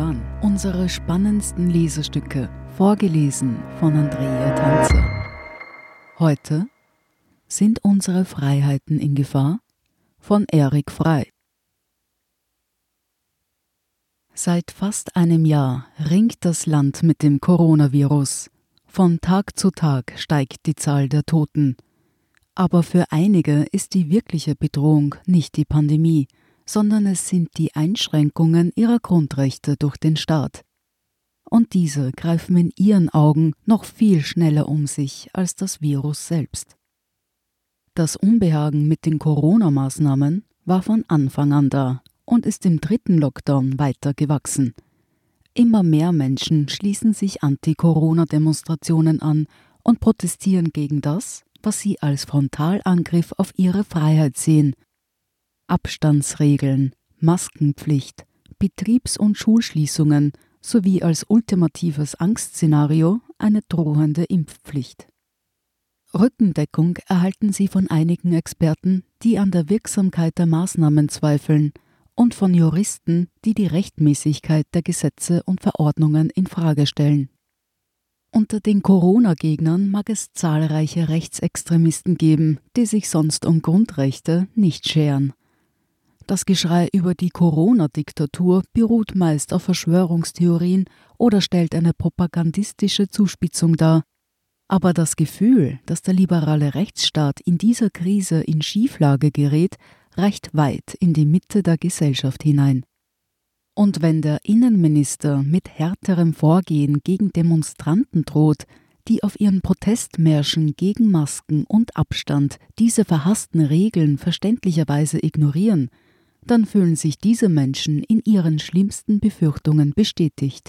hören unsere spannendsten Lesestücke, vorgelesen von Andrea Tanzer. Heute sind unsere Freiheiten in Gefahr von Erik Frey. Seit fast einem Jahr ringt das Land mit dem Coronavirus. Von Tag zu Tag steigt die Zahl der Toten. Aber für einige ist die wirkliche Bedrohung nicht die Pandemie, sondern es sind die Einschränkungen ihrer Grundrechte durch den Staat. Und diese greifen in ihren Augen noch viel schneller um sich als das Virus selbst. Das Unbehagen mit den Corona-Maßnahmen war von Anfang an da und ist im dritten Lockdown weiter gewachsen. Immer mehr Menschen schließen sich Anti-Corona-Demonstrationen an und protestieren gegen das, was sie als Frontalangriff auf ihre Freiheit sehen. Abstandsregeln, Maskenpflicht, Betriebs- und Schulschließungen sowie als ultimatives Angstszenario eine drohende Impfpflicht. Rückendeckung erhalten sie von einigen Experten, die an der Wirksamkeit der Maßnahmen zweifeln, und von Juristen, die die Rechtmäßigkeit der Gesetze und Verordnungen in Frage stellen. Unter den Corona-Gegnern mag es zahlreiche Rechtsextremisten geben, die sich sonst um Grundrechte nicht scheren. Das Geschrei über die Corona-Diktatur beruht meist auf Verschwörungstheorien oder stellt eine propagandistische Zuspitzung dar. Aber das Gefühl, dass der liberale Rechtsstaat in dieser Krise in Schieflage gerät, reicht weit in die Mitte der Gesellschaft hinein. Und wenn der Innenminister mit härterem Vorgehen gegen Demonstranten droht, die auf ihren Protestmärschen gegen Masken und Abstand diese verhassten Regeln verständlicherweise ignorieren, dann fühlen sich diese Menschen in ihren schlimmsten Befürchtungen bestätigt.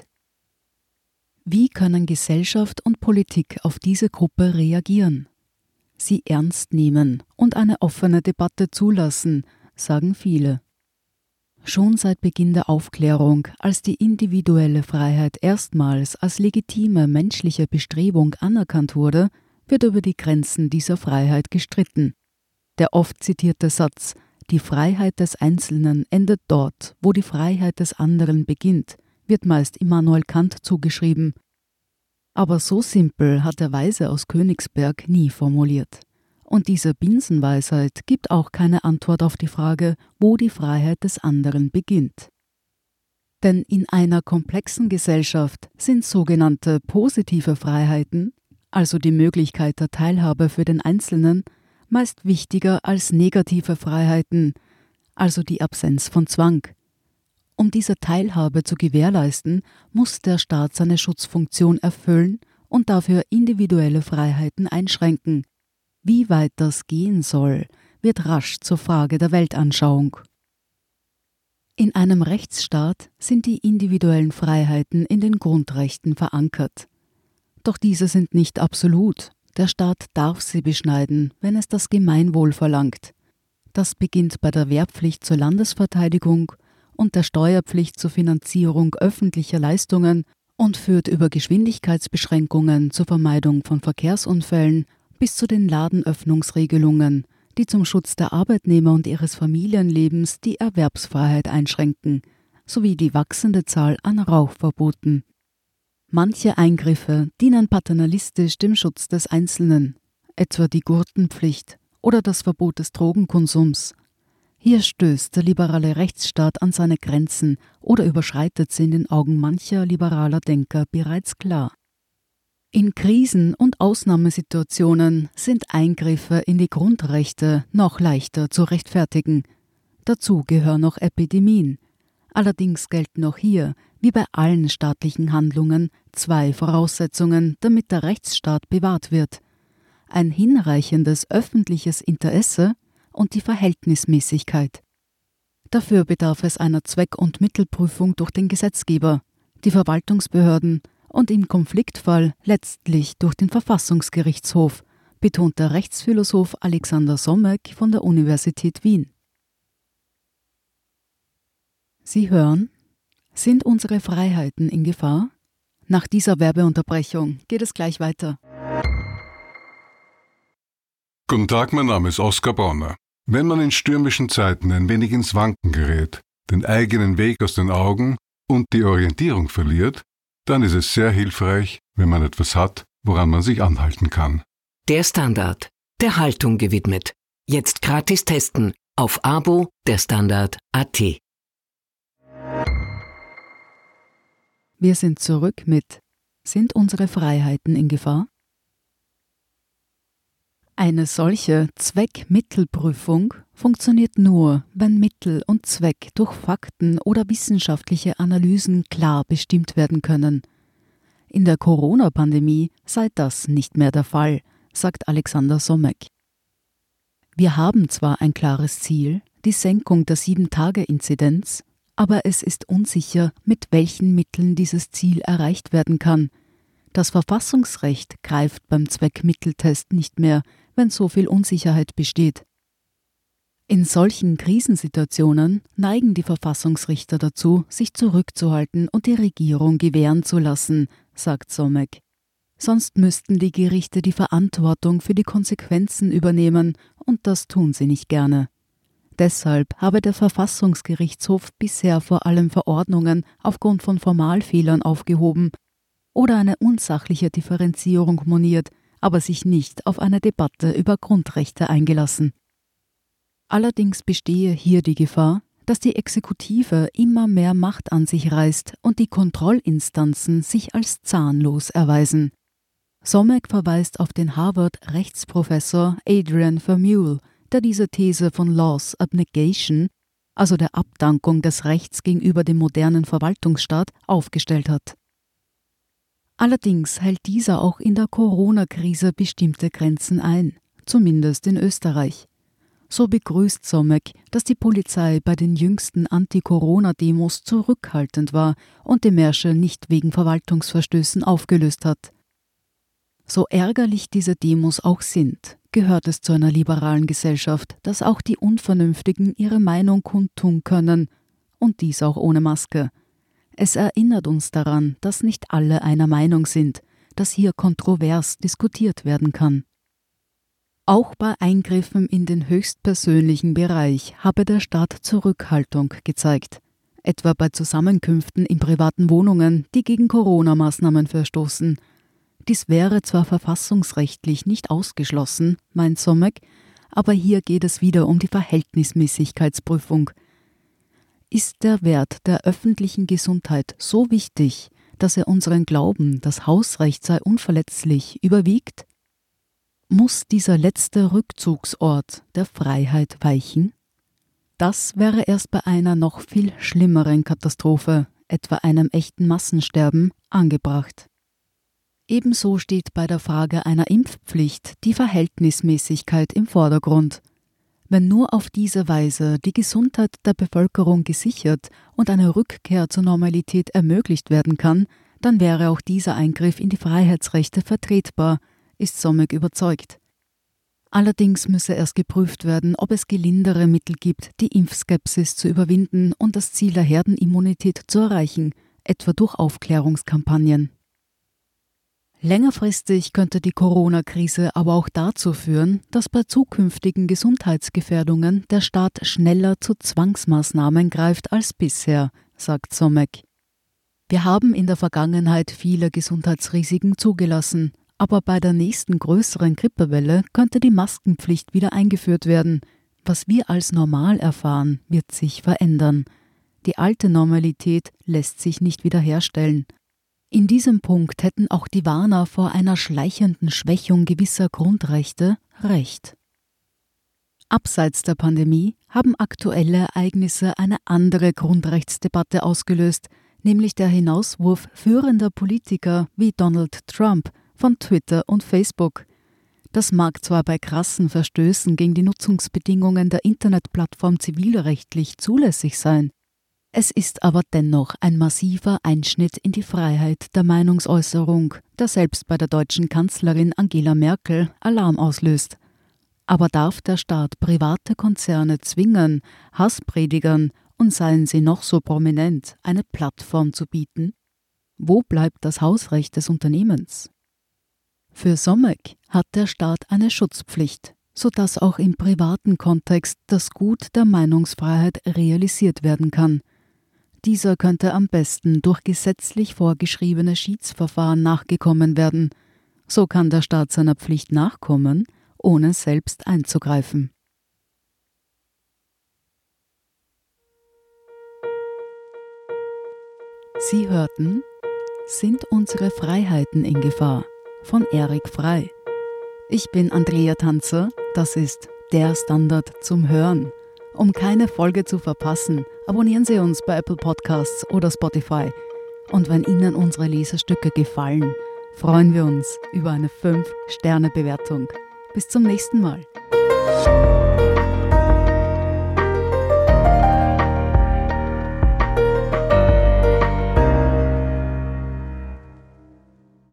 Wie können Gesellschaft und Politik auf diese Gruppe reagieren? Sie ernst nehmen und eine offene Debatte zulassen, sagen viele. Schon seit Beginn der Aufklärung, als die individuelle Freiheit erstmals als legitime menschliche Bestrebung anerkannt wurde, wird über die Grenzen dieser Freiheit gestritten. Der oft zitierte Satz, die Freiheit des Einzelnen endet dort, wo die Freiheit des anderen beginnt, wird meist Immanuel Kant zugeschrieben. Aber so simpel hat der Weise aus Königsberg nie formuliert. Und diese Binsenweisheit gibt auch keine Antwort auf die Frage, wo die Freiheit des anderen beginnt. Denn in einer komplexen Gesellschaft sind sogenannte positive Freiheiten, also die Möglichkeit der Teilhabe für den Einzelnen, meist wichtiger als negative Freiheiten, also die Absenz von Zwang. Um diese Teilhabe zu gewährleisten, muss der Staat seine Schutzfunktion erfüllen und dafür individuelle Freiheiten einschränken. Wie weit das gehen soll, wird rasch zur Frage der Weltanschauung. In einem Rechtsstaat sind die individuellen Freiheiten in den Grundrechten verankert. Doch diese sind nicht absolut. Der Staat darf sie beschneiden, wenn es das Gemeinwohl verlangt. Das beginnt bei der Wehrpflicht zur Landesverteidigung und der Steuerpflicht zur Finanzierung öffentlicher Leistungen und führt über Geschwindigkeitsbeschränkungen zur Vermeidung von Verkehrsunfällen bis zu den Ladenöffnungsregelungen, die zum Schutz der Arbeitnehmer und ihres Familienlebens die Erwerbsfreiheit einschränken, sowie die wachsende Zahl an Rauchverboten. Manche Eingriffe dienen paternalistisch dem Schutz des Einzelnen, etwa die Gurtenpflicht oder das Verbot des Drogenkonsums. Hier stößt der liberale Rechtsstaat an seine Grenzen oder überschreitet sie in den Augen mancher liberaler Denker bereits klar. In Krisen- und Ausnahmesituationen sind Eingriffe in die Grundrechte noch leichter zu rechtfertigen. Dazu gehören noch Epidemien. Allerdings gelten auch hier, wie bei allen staatlichen Handlungen, zwei Voraussetzungen, damit der Rechtsstaat bewahrt wird: ein hinreichendes öffentliches Interesse und die Verhältnismäßigkeit. Dafür bedarf es einer Zweck- und Mittelprüfung durch den Gesetzgeber, die Verwaltungsbehörden und im Konfliktfall letztlich durch den Verfassungsgerichtshof, betont der Rechtsphilosoph Alexander Sommek von der Universität Wien. Sie hören: Sind unsere Freiheiten in Gefahr? Nach dieser Werbeunterbrechung geht es gleich weiter. Guten Tag, mein Name ist Oskar Bonner. Wenn man in stürmischen Zeiten ein wenig ins Wanken gerät, den eigenen Weg aus den Augen und die Orientierung verliert, dann ist es sehr hilfreich, wenn man etwas hat, woran man sich anhalten kann. Der Standard, der Haltung gewidmet. Jetzt gratis testen auf Abo der Standard.at. Wir sind zurück mit: Sind unsere Freiheiten in Gefahr? Eine solche Zweck-Mittel-Prüfung funktioniert nur, wenn Mittel und Zweck durch Fakten oder wissenschaftliche Analysen klar bestimmt werden können. In der Corona-Pandemie sei das nicht mehr der Fall, sagt Alexander Somek. Wir haben zwar ein klares Ziel, die Senkung der 7-Tage-Inzidenz, aber es ist unsicher, mit welchen Mitteln dieses Ziel erreicht werden kann. Das Verfassungsrecht greift beim Zweck-Mittel-Test nicht mehr, wenn so viel Unsicherheit besteht. In solchen Krisensituationen neigen die Verfassungsrichter dazu, sich zurückzuhalten und die Regierung gewähren zu lassen, sagt Somek. Sonst müssten die Gerichte die Verantwortung für die Konsequenzen übernehmen, und das tun sie nicht gerne. Deshalb habe der Verfassungsgerichtshof bisher vor allem Verordnungen aufgrund von Formalfehlern aufgehoben oder eine unsachliche Differenzierung moniert, aber sich nicht auf eine Debatte über Grundrechte eingelassen. Allerdings bestehe hier die Gefahr, dass die Exekutive immer mehr Macht an sich reißt und die Kontrollinstanzen sich als zahnlos erweisen. Somek verweist auf den Harvard-Rechtsprofessor Adrian Vermeule, der diese These von Laws Abnegation, also der Abdankung des Rechts gegenüber dem modernen Verwaltungsstaat, aufgestellt hat. Allerdings hält dieser auch in der Corona-Krise bestimmte Grenzen ein, zumindest in Österreich. So begrüßt Somek, dass die Polizei bei den jüngsten Anti-Corona-Demos zurückhaltend war und die Märsche nicht wegen Verwaltungsverstößen aufgelöst hat. So ärgerlich diese Demos auch sind, gehört es zu einer liberalen Gesellschaft, dass auch die Unvernünftigen ihre Meinung kundtun können, und dies auch ohne Maske. Es erinnert uns daran, dass nicht alle einer Meinung sind, dass hier kontrovers diskutiert werden kann. Auch bei Eingriffen in den höchstpersönlichen Bereich habe der Staat Zurückhaltung gezeigt, etwa bei Zusammenkünften in privaten Wohnungen, die gegen Corona-Maßnahmen verstoßen. Dies wäre zwar verfassungsrechtlich nicht ausgeschlossen, meint Somek, aber hier geht es wieder um die Verhältnismäßigkeitsprüfung. Ist der Wert der öffentlichen Gesundheit so wichtig, dass er unseren Glauben, das Hausrecht sei unverletzlich, überwiegt? Muss dieser letzte Rückzugsort der Freiheit weichen? Das wäre erst bei einer noch viel schlimmeren Katastrophe, etwa einem echten Massensterben, angebracht. Ebenso steht bei der Frage einer Impfpflicht die Verhältnismäßigkeit im Vordergrund. Wenn nur auf diese Weise die Gesundheit der Bevölkerung gesichert und eine Rückkehr zur Normalität ermöglicht werden kann, dann wäre auch dieser Eingriff in die Freiheitsrechte vertretbar, ist Somek überzeugt. Allerdings müsse erst geprüft werden, ob es gelindere Mittel gibt, die Impfskepsis zu überwinden und das Ziel der Herdenimmunität zu erreichen, etwa durch Aufklärungskampagnen. Längerfristig könnte die Corona-Krise aber auch dazu führen, dass bei zukünftigen Gesundheitsgefährdungen der Staat schneller zu Zwangsmaßnahmen greift als bisher, sagt Somek. Wir haben in der Vergangenheit viele Gesundheitsrisiken zugelassen, aber bei der nächsten größeren Grippewelle könnte die Maskenpflicht wieder eingeführt werden. Was wir als normal erfahren, wird sich verändern. Die alte Normalität lässt sich nicht wiederherstellen. In diesem Punkt hätten auch die Warner vor einer schleichenden Schwächung gewisser Grundrechte recht. Abseits der Pandemie haben aktuelle Ereignisse eine andere Grundrechtsdebatte ausgelöst, nämlich der Hinauswurf führender Politiker wie Donald Trump von Twitter und Facebook. Das mag zwar bei krassen Verstößen gegen die Nutzungsbedingungen der Internetplattform zivilrechtlich zulässig sein, es ist aber dennoch ein massiver Einschnitt in die Freiheit der Meinungsäußerung, der selbst bei der deutschen Kanzlerin Angela Merkel Alarm auslöst. Aber darf der Staat private Konzerne zwingen, Hasspredigern, und seien sie noch so prominent, eine Plattform zu bieten? Wo bleibt das Hausrecht des Unternehmens? Für Somek hat der Staat eine Schutzpflicht, sodass auch im privaten Kontext das Gut der Meinungsfreiheit realisiert werden kann. Dieser könnte am besten durch gesetzlich vorgeschriebene Schiedsverfahren nachgekommen werden. So kann der Staat seiner Pflicht nachkommen, ohne selbst einzugreifen. Sie hörten Sind unsere Freiheiten in Gefahr? Von Erik Frey. Ich bin Andrea Tanzer, das ist der Standard zum Hören. Um keine Folge zu verpassen, abonnieren Sie uns bei Apple Podcasts oder Spotify. Und wenn Ihnen unsere Lesestücke gefallen, freuen wir uns über eine 5-Sterne-Bewertung. Bis zum nächsten Mal.